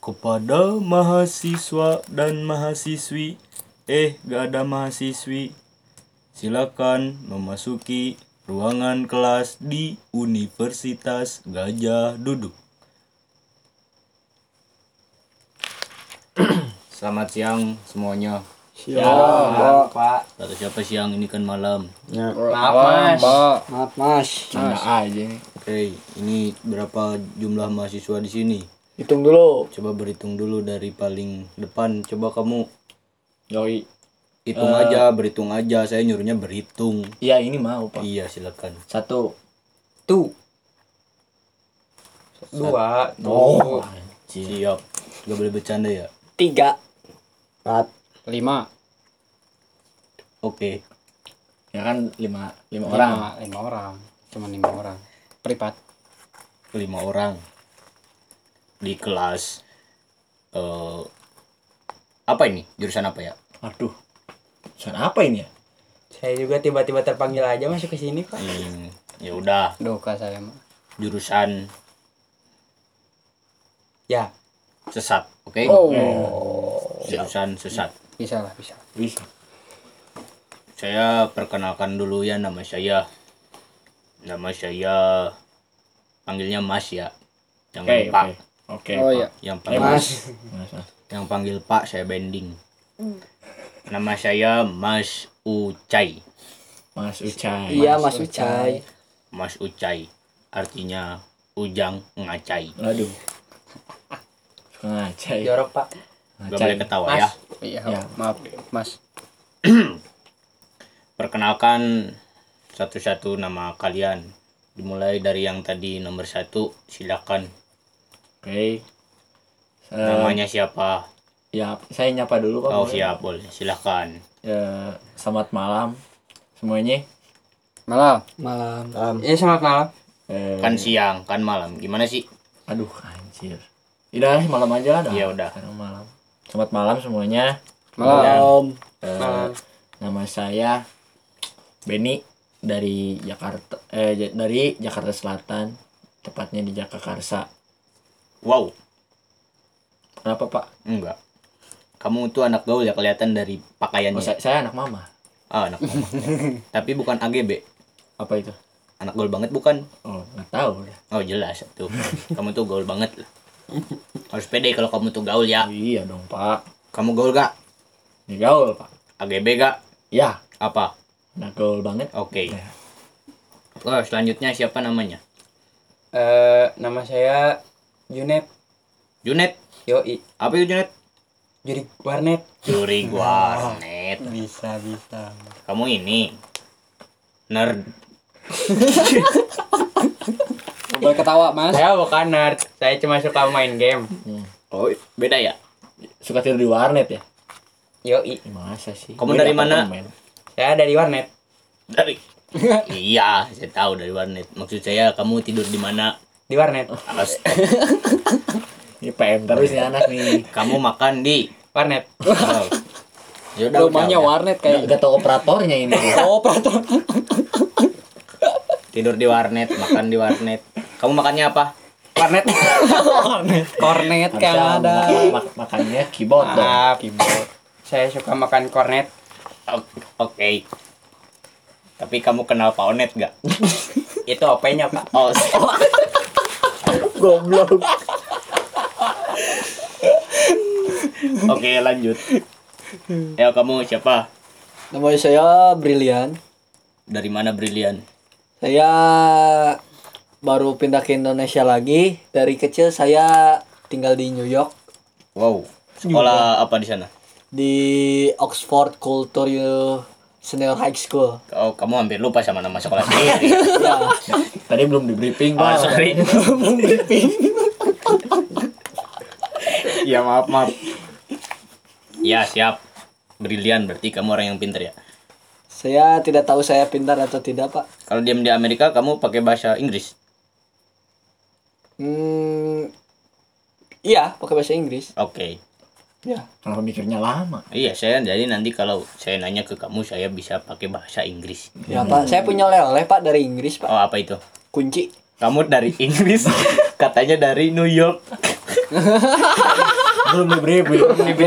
Kepada mahasiswa dan mahasiswi, gak ada mahasiswi, silakan memasuki ruangan kelas di Universitas Gadjah Duduk. Selamat siang semuanya. Siap, Pak. Kata siapa siang, ini kan malam. Ya, maaf, Mas. Canda aja nih. Oke, ini berapa jumlah mahasiswa di sini? Hitung dulu. Coba berhitung dulu dari paling depan. Coba kamu Yoi. hitung aja, berhitung aja. Saya nyuruhnya berhitung. Iya ini mau Pak. Iya, silakan. 1. Dua. Oh. Siap. Gak boleh bercanda ya. 3. 4. 5. Oke. Ya kan 5 orang. 5 orang. Cuma 5 orang. Privat. 5 orang di kelas. Apa ini? Jurusan apa ya? Aduh. Jurusan apa ini ya? Saya juga tiba-tiba terpanggil aja masuk ke sini, Pak. Ya udah. Doka saya, Mak. Jurusan Ya. sesat. Oke. Jurusan sesat. Bisa lah, bisa. Bisa. Saya perkenalkan dulu ya, nama saya panggilnya Mas ya. Jangan Pak. Oke. Oh iya. Yang panggil Mas. Yang panggil Pak saya bending. Nama saya Mas Ucai. Mas Ucai. Iya, Mas Ucai. Mas Ucai artinya ujang ngacai. Aduh. Ngacai. Jorok, Pak. Gak boleh ketawa ya. Iya, Ya. maaf, Mas. Perkenalkan satu-satu nama kalian. Dimulai dari yang tadi nomor 1, silakan. Oke. Namanya siapa? Ya, saya nyapa dulu Pak. Oh boleh? siap, boleh. Silakan. Ya, selamat malam semuanya. Malam. Iya, selamat malam. Kan siang, kan malam. Gimana sih? Aduh, anjir. Udah, malam aja dah. Iya, udah. Sekarang malam. Selamat malam semuanya. Malam. Nama saya Benny dari Jakarta dari Jakarta Selatan, tepatnya di Jagakarsa. Wow, Kenapa, Pak? enggak. Kamu tuh anak gaul ya, kelihatan dari Oh, pakaiannya. saya anak mama. Ah, anak mama. Tapi bukan AGB. Apa itu? Anak gaul banget bukan? Oh, nggak tahu dah. Oh jelas tuh. Kamu tuh gaul banget lah. Harus pede kalau kamu tuh gaul ya. Oh, iya dong, Pak. Kamu gaul gak? Ini gaul, Pak. AGB gak? Ya, Apa? anak gaul banget. Oke. Ya. Oh, selanjutnya siapa namanya? Nama saya Junet. Junet. Yoi. Apa itu Junet? Juri warnet. Juri warnet. Bisa. Kamu ini nerd. Boleh ketawa, Mas. Saya bukan nerd. Saya cuma suka main game. Oh, beda ya? Suka tidur di warnet ya? Yoi. Masa sih? Kamu Gua dari di mana? apartemen. Saya dari warnet. Dari. Iya, saya tahu dari warnet. Maksud saya kamu tidur di mana? Di warnet. Ini PM terus nih anak nih. Kamu makan di Warnet. oh. Yaudah, Rumahnya udah. warnet kayak Gak tau operatornya ini. operator. Tidur di warnet, makan di warnet. Kamu makannya apa? Warnet. Kornet kan Harusnya ada. makannya keyboard dong. Keyboard. Saya suka makan kornet. Oke. Tapi kamu kenal Pak Onet gak? Itu OP-nya, Pak. Oh, Goblok. oke, lanjut. Ya, kamu siapa? Nama saya Brilian. Dari mana Brilian? Saya baru pindah ke Indonesia lagi. Dari kecil saya tinggal di New York, Wow. Sekolah apa di sana? di Oxford Culture Senior High School. Oh, kamu hampir lupa sama nama sekolah sendiri. Ya, Tadi belum di briefing, Oh, Pak. sorry. Ya, maaf. Ya, siap. Brilian, berarti kamu orang yang pintar ya. saya tidak tahu saya pintar atau tidak, Pak. Kalau diam di Amerika, kamu pakai bahasa Inggris? Iya, pakai bahasa Inggris. Oke. Ya. Kenapa mikirnya lama? Iya, saya jadi nanti kalau saya nanya ke kamu, saya bisa pakai bahasa Inggris. Ya, Pak. Saya punya oleh-oleh, Pak, dari Inggris, Pak. Oh, apa itu? Kunci. Kamu dari Inggris, katanya dari New York. Belum di briefing.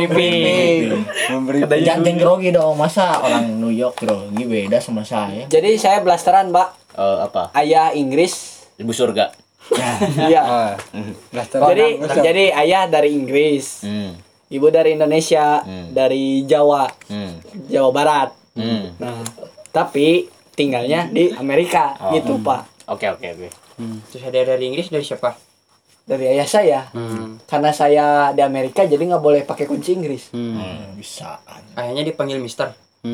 Jangan grogi dong, masa orang New York grogi beda sama saya. Jadi saya blasteran, Pak. Apa? Ayah Inggris. Ibu surga. Iya. Jadi ayah dari Inggris. Ibu dari Indonesia, dari Jawa. Jawa Barat. Nah, tapi tinggalnya di Amerika gitu, Pak. Oke. Terus ada dari Inggris dari siapa? Dari ayah saya. Karena saya di Amerika jadi nggak boleh pakai kunci Inggris. Bisa. Ayahnya dipanggil Mister.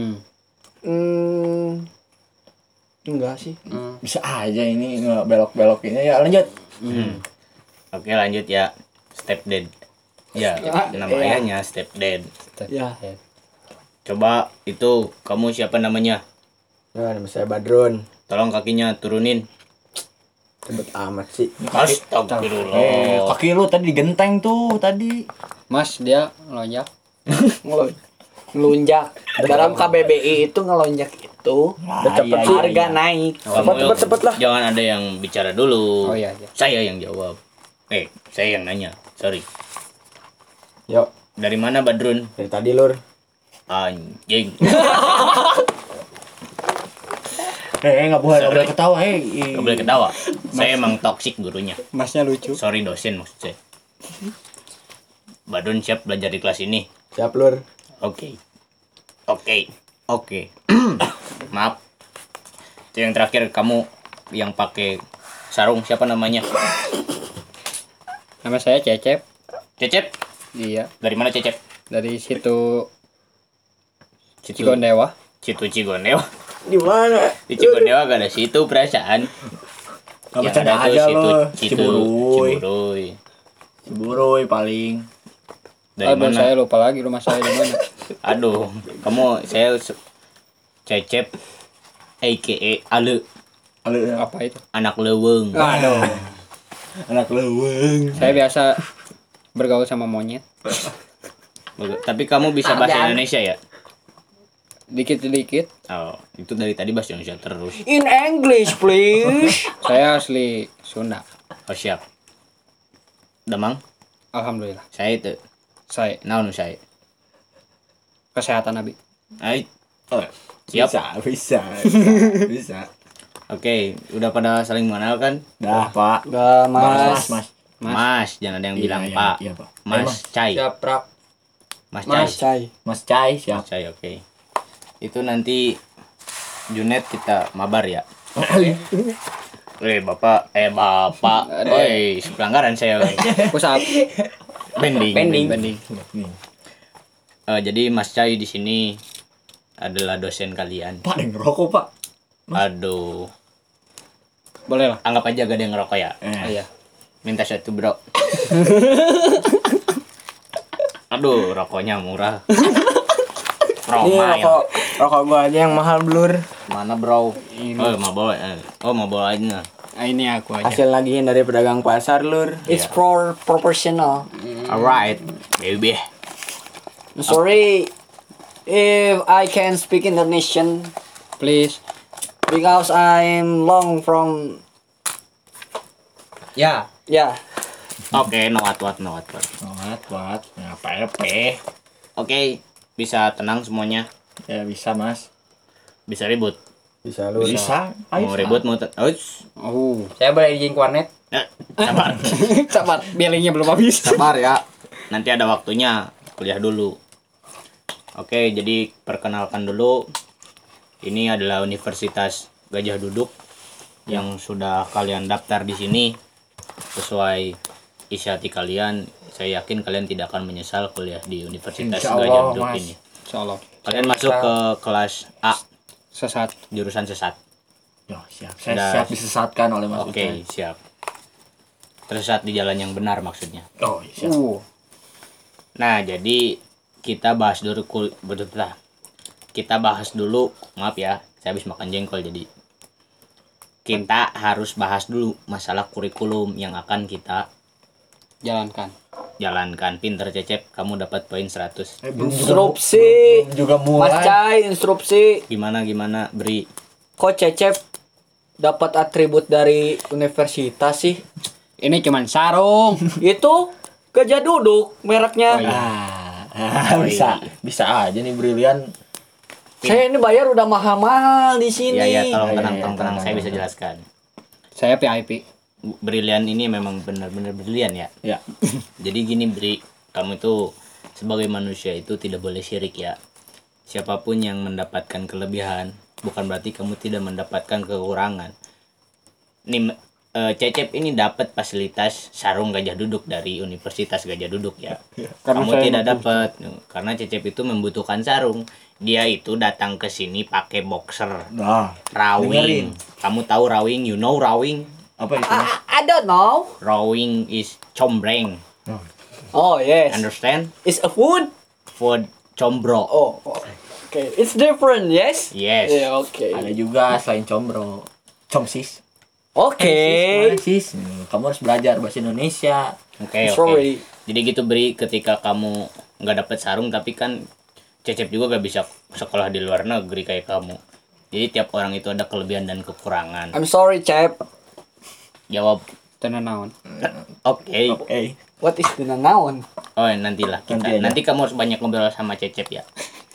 Enggak sih. Bisa aja ini belok-belokinnya ya, lanjut. Oke, lanjut ya. Stepdad. Ya, nama iya. ayahnya stepdad. Ya. Coba itu kamu siapa namanya? Nama saya Badrun. Tolong kakinya turunin. Ribet amat sih. Astagfirullah. Kaki lu tadi digenteng tuh tadi. Mas dia lonjak. Ngelunjak. Dalam KBBI itu ngelonjak itu Cepet harga naik. Cepet lah. Jangan ada yang bicara dulu. Oh, iya. Saya yang jawab. Saya yang nanya. Sorry. Yuk, Dari mana Badrun? dari tadi lur. Anjing. Nggak boleh ketawa, Gak boleh ketawa. Saya emang toksik gurunya. Masnya lucu. Sorry dosen maksud saya. Badrun siap belajar di kelas ini? Siap lur. Oke. Maaf. Itu yang terakhir kamu yang pakai sarung siapa namanya? Nama saya Cecep. Cecep. Iya. Dari mana Cecep? Dari situ Cigondewa. Situ Cigondewa. Di mana? Di Cigondewa gak ada situ perasaan. Nggak Yang bercanda ada tuh aja situ lo. Ciburuy. Ciburuy paling. Dari mana? Saya lupa lagi rumah saya di mana. Aduh, saya Cecep aka Ale, Apa itu? anak leweng. Aduh. Anak leweng. Saya biasa bergaul sama monyet. Tapi kamu bisa bahasa Indonesia ya? Dikit-dikit. Oh, itu dari tadi bahasa Indonesia terus. In English, please. Saya asli Sunda. Oh, siap. Damang, Alhamdulillah. saya itu. Saya Naon saya. kesehatan Nabi. Ai. Siap. Bisa. Oke, udah pada saling mengenal kan? Dah, Pak. Udah, Mas. Mas, jangan ada yang bilang Pak. Iya, Pak. Mas Cai. Siap, Prak. Mas Cai. Mas Cai. Mas Cai, siap. Mas Cai, oke. Itu nanti Junet kita mabar ya. Bapak. Pelanggaran saya. Pusat. Bending. Bending. Jadi Mas Cai di sini adalah dosen kalian. Pak, ada yang ngerokok, Pak. Aduh, Boleh lah. anggap aja gak ada yang ngerokok ya. Iya. Minta satu bro. Aduh, rokoknya murah. Roma ya. Rokok gua aja yang mahal blur. Mana bro? Mau bawa. Mau bawa aja. Ini aku aja. Hasil lagian dari pedagang pasar lur. It's proportional. Alright, baby. Sorry if I can speak Indonesian Please. because I'm long from Ya. ya. Oke, no what. What? Ngapain? Oke, bisa tenang semuanya. Ya bisa, Mas. Bisa ribut. Bisa lur. Bisa. Ayo, Mau ribut mau Saya boleh izin ke warnet? sabar. Sabar, billingnya belum habis. Sabar ya. Nanti ada waktunya. Kuliah dulu. Oke, jadi perkenalkan dulu. Ini adalah Universitas Gajah Duduk yang sudah kalian daftar di sini sesuai isi hati kalian. Saya yakin kalian tidak akan menyesal kuliah di Universitas Insya Allah, Gajah Duduk Mas. ini. Insyaallah. Kalian masuk ke kelas A, Sesat. jurusan sesat. Yo, siap. Saya Udah. siap disesatkan oleh Mas Oke, Ucai. siap. Tersesat di jalan yang benar maksudnya. Oh, siap. Nah, jadi kita bahas dulu kita bahas dulu, maaf ya, saya habis makan jengkol jadi kita harus bahas dulu masalah kurikulum yang akan kita Jalankan. jalankan. Pinter Cecep, kamu dapat poin 100. Instruksi. juga Mas mulai. Cai, instruksi. Gimana Beri? Kok Cecep dapat atribut dari universitas sih? Ini cuman sarung. Itu Gajah Duduk mereknya. Bisa aja nih Brilian. Saya ini bayar udah mahal-mahal di sini. Ya, tolong Iya, tenang, saya tenang. bisa jelaskan. Saya VIP. Brilian ini memang benar-benar brilian ya. Ya. Jadi gini Bri, kamu itu sebagai manusia itu tidak boleh syirik ya. Siapapun yang mendapatkan kelebihan, bukan berarti kamu tidak mendapatkan kekurangan. Nih Cecep ini dapat fasilitas sarung Gajah Duduk dari Universitas Gajah Duduk ya. Kamu tidak dapat karena Cecep itu membutuhkan sarung. Dia itu datang ke sini pakai boxer. Nah, Rawing. Kamu tahu rawing? You know rawing? apa itu? Mas? I don't know. Rawing is combreng. Oh yes. Understand? It's a food. Food combro. Oh. Okay. It's different, yes? Yes. Yeah, okay. Ada juga selain combro, comsis. Oke. Gimana, sis? Kamu harus belajar bahasa Indonesia. Oke. Sorry. Jadi gitu Bri, ketika kamu nggak dapet sarung tapi kan Cecep juga gak bisa sekolah di luar negeri kayak kamu. Jadi tiap orang itu ada kelebihan dan kekurangan. I'm sorry, Cep. Jawab. Tenan Oke. What is the noun? Oh nantilah kita. Nanti aja. Nanti kamu harus banyak ngobrol sama Cecep ya.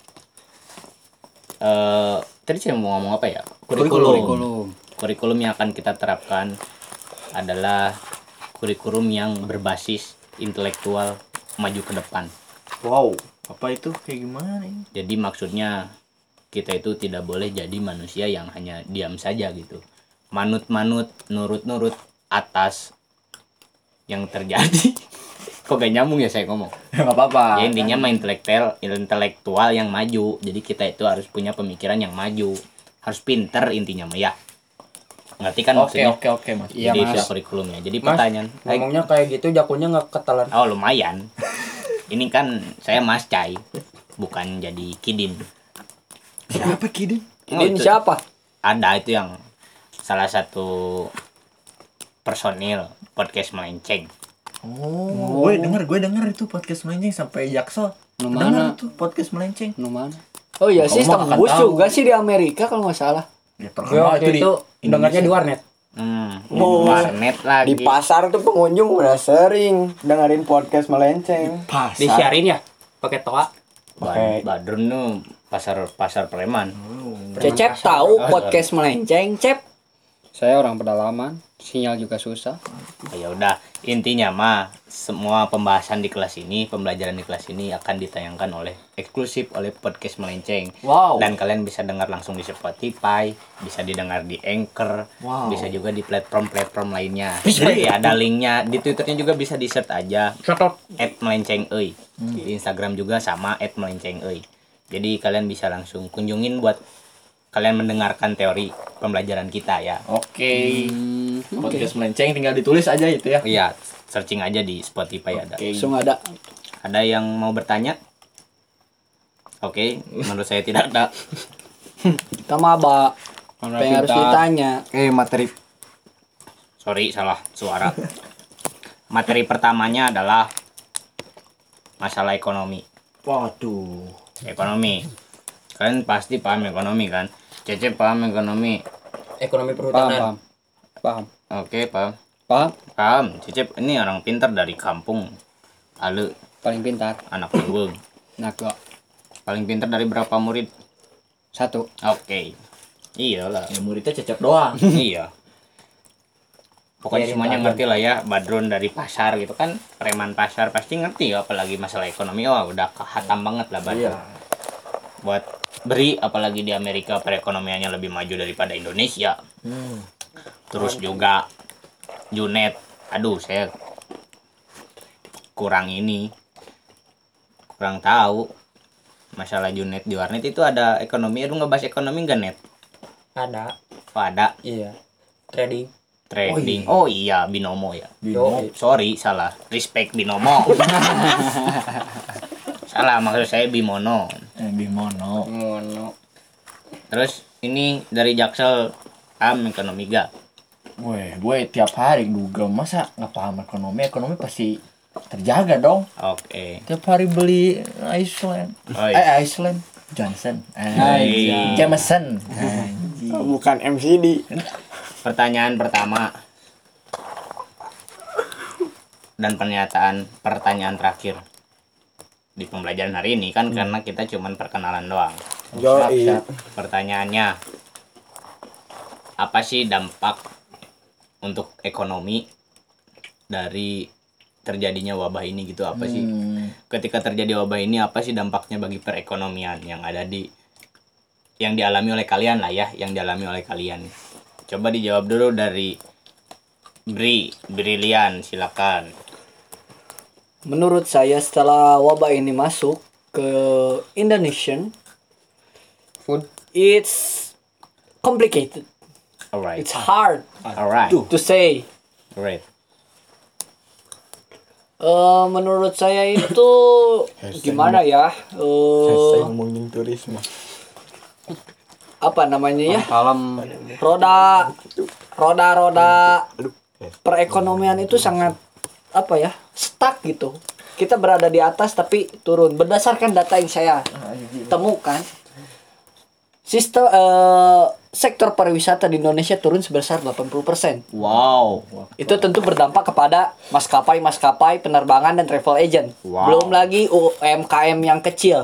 Tadi saya mau ngomong apa ya? Kurikulum yang akan kita terapkan adalah kurikulum yang berbasis intelektual maju ke depan. Wow, apa itu kayak gimana ini? Jadi maksudnya kita itu tidak boleh jadi manusia yang hanya diam saja gitu. Manut-manut, nurut-nurut atas yang terjadi. Kok gak nyambung ya saya ngomong? Enggak apa-apa. Ya intinya mah intelektual yang maju. Jadi kita itu harus punya pemikiran yang maju. Harus pinter intinya mah ya. Ngerti kan maksudnya? Oke, Mas. Iya, Jadi Mas. itu kurikulumnya. Jadi Mas, pertanyaan. ngomongnya kayak gitu jakunya nggak ketelan. Oh lumayan. Ini kan saya Mas Cai. Bukan jadi Kidin. Siapa Kidin? Ini itu siapa? Ada itu yang salah satu personil podcast melenceng. Oh, gue denger itu podcast melenceng sampai Jaksel. Lu Denger mana? itu podcast melenceng. Nu mana? Oh iya, Kamu sih mah akan tembus tahu. juga sih di Amerika kalau nggak salah. Ya, Gue terkenal waktu itu dengarnya di warnet. Warnet lagi. Di pasar tuh pengunjung udah sering dengerin podcast melenceng. pasar. Disiarin ya pakai toa. Badrun tuh pasar preman. Cecep tahu podcast melenceng, Cep. Saya orang pedalaman, sinyal juga susah. Ya udah, intinya mah semua pembahasan di kelas ini, pembelajaran di kelas ini akan ditayangkan eksklusif oleh podcast melenceng. Wow. Dan kalian bisa dengar langsung di Spotify, bisa didengar di Anchor, Wow. bisa juga di platform-platform lainnya. Jadi ada linknya, di Twitternya juga bisa di-search aja @melencengeuy. Di Instagram juga sama @melencengeuy. Jadi kalian bisa langsung kunjungin buat kalian mendengarkan teori pembelajaran kita ya. Oke. Podcast melenceng tinggal ditulis aja itu ya. Iya, searching aja di Spotify ada. Langsung ada. Ada yang mau bertanya? Oke, menurut saya tidak ada. Kita maba. Apa yang harus ditanya? Materi Sorry, salah suara. Materi pertamanya adalah masalah ekonomi. Waduh. Ekonomi. Kalian pasti paham ekonomi kan? Cecep paham ekonomi. Ekonomi Nah. perhutanan. Paham. Oke, paham. Paham? Paham. Cecep ini orang pintar dari kampung. Alu, Paling pintar. anak lembung. Naga. Paling pintar dari berapa murid? 1. Oke. Iyalah. Ya muridnya Cecep doang. Iya. Pokoknya Biarin semuanya aja. ngerti lah ya. Badrun dari pasar gitu kan, preman pasar pasti ngerti ya, apalagi masalah ekonomi. Wah udah kehatam banget lah Badrun. Iya. Buat Beri, apalagi di Amerika perekonomiannya lebih maju daripada Indonesia. Terus juga Junet, aduh saya kurang tahu masalah Junet di warnet itu ada ekonomi. Aduh ngebahas ekonomi nggak net? Ada. Oh, ada Iya. Trading. trading. Oh iya binomo ya. Binomo. Sorry salah. Respect binomo. Salah maksud saya bimono. Bimono. Ngono. Terus ini dari Jaksel paham ekonomi gak? Gue tiap hari Google, masa nggak paham ekonomi? Ekonomi pasti terjaga dong. Oke. Tiap hari beli Iceland. Oh, iya. Iceland. Johnson. Iya. Jameson. bukan MCD. Pertanyaan pertama. dan pertanyaan terakhir di pembelajaran hari ini kan karena kita cuman perkenalan doang. Yoi. Pertanyaannya, apa sih dampak untuk ekonomi dari terjadinya wabah ini gitu? Apa sih ketika terjadi wabah ini, apa sih dampaknya bagi perekonomian yang dialami oleh kalian lah ya, yang dialami oleh kalian. Coba dijawab dulu dari Brilian, silakan. Menurut saya setelah wabah ini masuk ke Indonesia, Food. it's complicated. Alright. It's hard Alright. to say. Great. Menurut saya itu gimana ya? Saya ngomongin turisme. Apa namanya ya? Salam. Roda perekonomian itu sangat apa ya? Stuck gitu. Kita berada di atas tapi turun. Berdasarkan data yang saya temukan, sistem sektor pariwisata di Indonesia turun sebesar 80%. Wow. Itu tentu berdampak kepada maskapai penerbangan dan travel agent. Wow. Belum lagi UMKM yang kecil.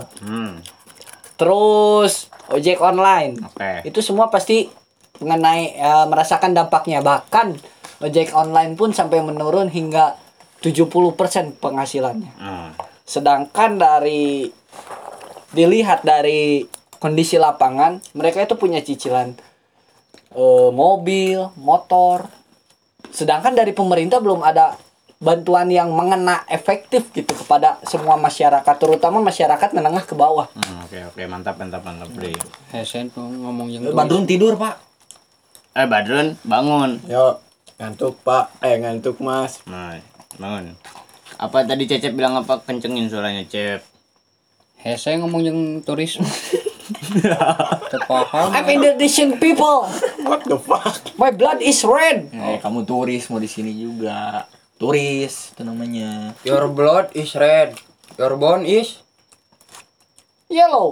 Terus ojek online. Oke. Itu semua pasti merasakan dampaknya. Bahkan ojek online pun sampai menurun hingga 70% penghasilannya. Sedangkan dilihat dari kondisi lapangan, mereka itu punya cicilan mobil, motor. Sedangkan dari pemerintah belum ada bantuan yang mengena efektif gitu kepada semua masyarakat, terutama masyarakat menengah ke bawah. Oke, mantap Bri. Hesen tuh ngomong yang Badrun tidur, Pak. Badrun, bangun. Yo, ngantuk Pak. Ngantuk Mas. Nah, bangun. Apa tadi Cecep bilang apa? Kencengin suaranya, Cep. Hesen ngomong yang turis. Terpaham. I'm Indonesian people. What the fuck? My blood is red. Kamu turis mau di sini juga. Turis itu namanya. Your blood is red. Your bone is Yellow.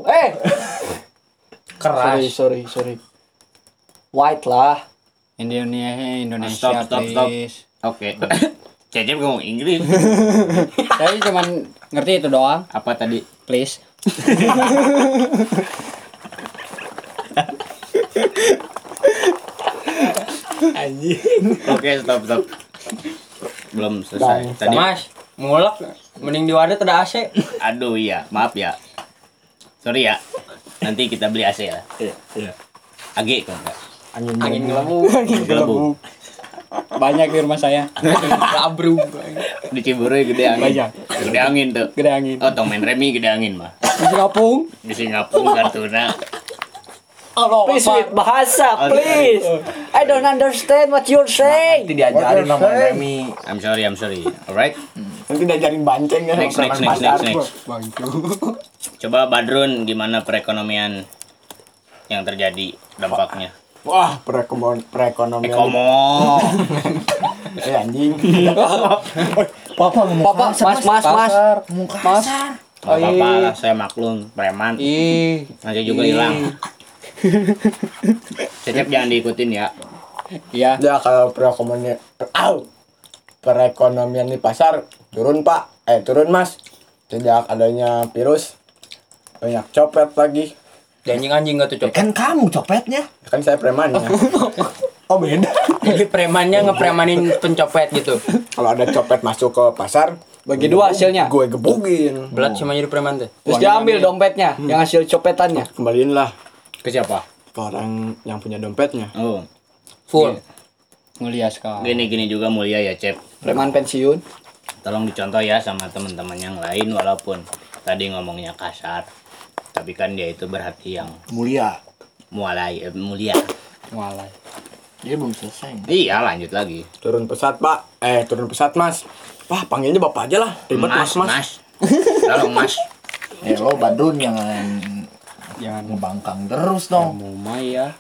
keras. Sorry. White lah. Indonesia, Stop. please. Oke. Cecep ngomong Inggris. Saya cuman ngerti itu doang. Apa tadi? Please. Oke, stop. Belum selesai. Tadi. Mas, mulek. Mending di wadah ada AC. Aduh iya, maaf ya. Sorry ya. Nanti kita beli AC lah. Iya. Age kok enggak? Angin Gelebu. gelabu. Banyak di rumah saya. Labrung. Di Ciburu gede angin. Banyak. Gede angin tuh. Gede angin. Oh, tong main remi gede angin mah. Di Singapung. Di Singapura, Kartuna. Please with bahasa, please. I don't understand what you're saying. Nanti diajarin sama Remy. I'm sorry. Alright. Nanti diajarin banceng ya. Next. Coba Badrun, gimana perekonomian yang terjadi dampaknya? Wah, perekonomian. Ekomo. Anjing. Papa ngomong Papa, mas. ngomong kasar. Gak apa-apa lah, saya maklum, preman. Nanti juga hilang. Cecep jangan diikutin ya. Iya. Ya kalau perekonomian di pasar turun Pak. Turun Mas. Sejak adanya virus banyak copet lagi. Anjing gak tuh copet. Kan kamu copetnya. Kan saya premannya. Oh beda. Jadi premannya ngepremanin pencopet gitu. Kalau ada copet masuk ke pasar, Bagi dua hasilnya. gue gebukin. Belat cuma jadi preman tuh. Terus dia ambil dompetnya yang hasil copetannya. Kembaliin lah Ke siapa? ke orang yang punya dompetnya. Oh, Full. Mulia sekali. gini juga mulia ya, Cep. Preman pensiun. Tolong dicontoh ya sama teman-teman yang lain, walaupun tadi ngomongnya kasar. Tapi kan dia itu berhati yang Mulia. mulia. Walai. Dia belum selesai. Iya, lanjut lagi. Turun pesat Pak. Turun pesat Mas. Wah, panggilnya Bapak aja lah. Ribet Mas. Tolong Mas. Lo Badrun jangan ngebangkang terus dong. Muma ya.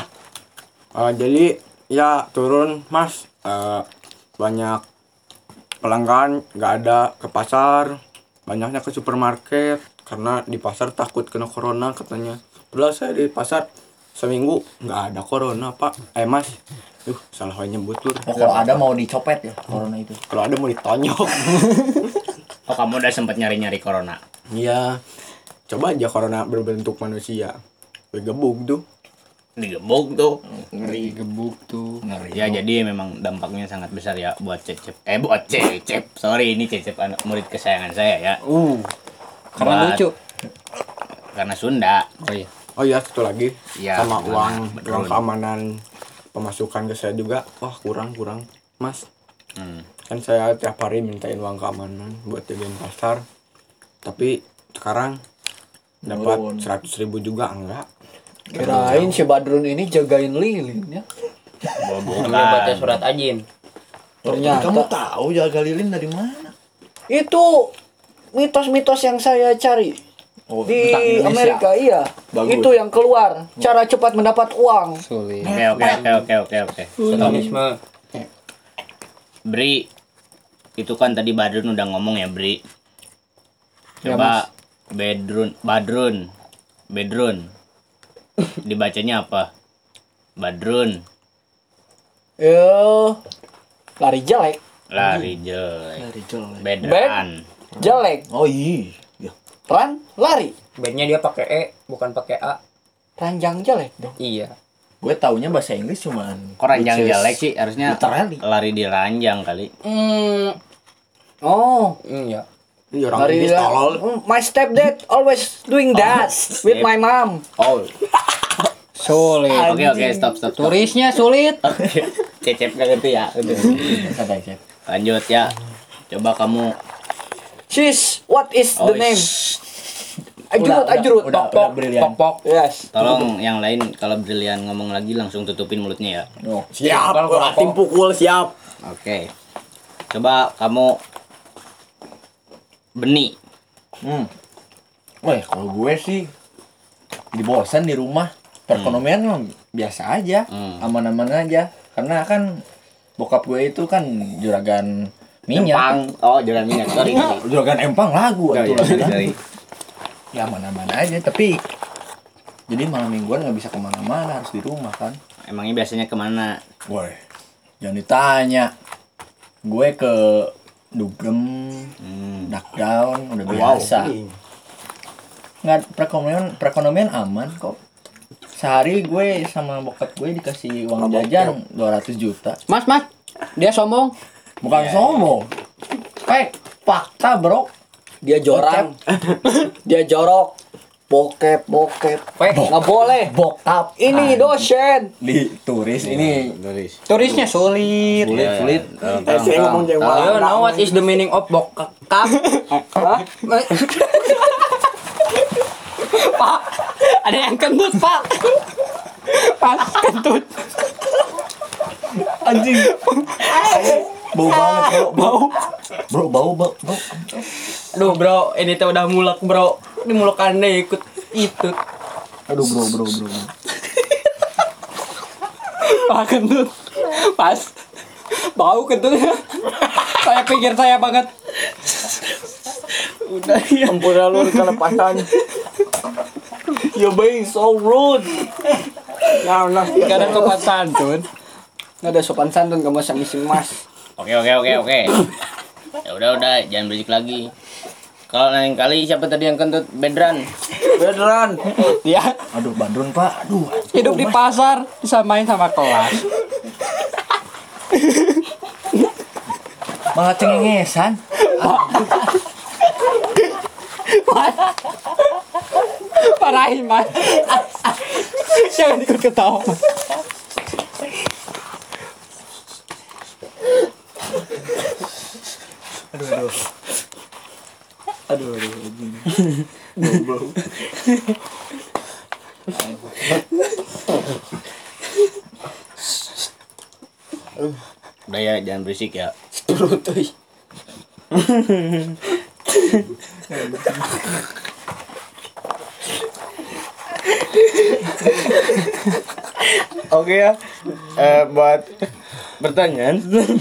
Jadi ya turun Mas. Banyak pelanggan nggak ada ke pasar. Banyaknya ke supermarket. Karena di pasar takut kena corona katanya. Padahal saya di pasar seminggu nggak ada corona pak. Mas, salah nyebut lur. Oh, kalau ada mau dicopet ya corona itu. Kalau ada mau ditonyok. Oh, kamu udah sempat nyari-nyari corona. Iya. Coba aja corona berbentuk manusia. Gue gebuk tuh. Digebuk tuh. Ngeri gebuk tuh. Ngeri. Ya jadi memang dampaknya sangat besar ya buat Cecep. Buat Cecep. Sorry, ini Cecep anak murid kesayangan saya ya. Karena Buat- lucu. Karena Sunda. Oh iya. Oh iya, satu lagi. Iya, Sama gimana? uang keamanan pemasukan ke saya juga. Wah, kurang. Mas, kan saya tiap hari mintain uang keamanan buat jagain pasar. Tapi sekarang dapat 100.000 juga enggak. Kirain si Badrun ini jagain lilin ya. Namanya baca surat ajin. Ternyata Kamu tahu jaga lilin dari mana? itu mitos-mitos yang saya cari di tentang Indonesia. Amerika, iya. Bagus. Itu yang keluar, cara cepat mendapat uang. Oke. Satanisme. Bri, itu kan tadi Badrun udah ngomong ya, Bri. Coba Badrun. Dibacanya apa? Badrun. Lari jelek. Lari jelek. Bedran. Jelek. Oh iya. Ran, lari. Bandnya dia pakai E, bukan pakai A. Ranjang jelek dong. Iya. Gue taunya bahasa Inggris cuman Kok ranjang which is jelek sih? Harusnya literally. lari di ranjang kali. Oh, Iya. Ini orang lari ini di tolol. my stepdad always doing that with my mom. Oh. Sulit. Oke, stop. Turisnya sulit. Cecep gak ngerti ya. Santai, Chef. Lanjut ya. Coba kamu. Sis, what is the name? Ajurut. Udah brilian. Pok. Yes. Tolong yang lain kalau Brilian ngomong lagi langsung tutupin mulutnya ya. Oh. Siap, Kalau tim pukul siap. Oke. Coba kamu Beni. Wah, kalau gue sih jadi bosan di rumah. Perekonomian mah biasa aja, aman-aman aja. Karena kan bokap gue itu kan juragan minyak. Empang. Oh, juragan minyak. Sorry. Juragan empang lagu Oh, itu iya, lagi kan. sorry. Ya aman-aman aja, tapi jadi malam mingguan nggak bisa kemana-mana, harus di rumah kan. Emangnya biasanya kemana? Woi, jangan ditanya. Gue ke Dugem, Knockdown, udah biasa. Nggak, perekonomian aman kok. Sehari gue sama bokap gue dikasih uang jajan 200 juta. Mas, dia sombong. Bukan sombong. Fakta bro. Dia jorang. Dia jorok. Bokep. Nggak boleh. Bokap. Ini dosen. Di turis ini. Turisnya sulit. Sulit. Saya ngomong You know what is the meaning of bokap? Pak, ada yang kentut, Pak. Pak, kentut. Anjing. Bau banget bro. Bau. Aduh bro, ini tuh udah mulek bro. Ini mulekannya ikut itu. Aduh bro. Pak, kentut. Pas. Bau kentutnya. Saya pikir saya banget. Udah ya. Ampun lu kelepasan. You're being so rude. Nah, Gak ada sopan santun. Gak ada sopan santun, gak mau misi mas. Oke. Ya udah, jangan berisik lagi. Kalau lain kali siapa tadi yang kentut? Bedran. Ya, Aduh Bandrun pak. Aduh. hidup di pasar disamain sama kelas. Malah cengengesan. Parahin mas. Jangan ikut ketawa. Aduh. Bau. Udah ya, jangan berisik ya. Oke ya. Buat pertanyaan.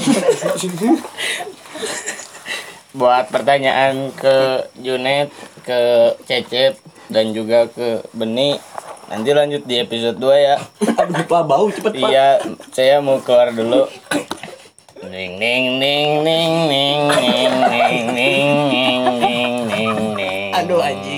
Buat pertanyaan ke Junet, ke Cecep dan juga ke Beni, Nanti lanjut di episode 2 ya. Aduh, Pak, bau cepet, Pak. Iya, saya mau keluar dulu. Ning ning ning ning ning ning ning ning ning ning ning. Aduh, anjing.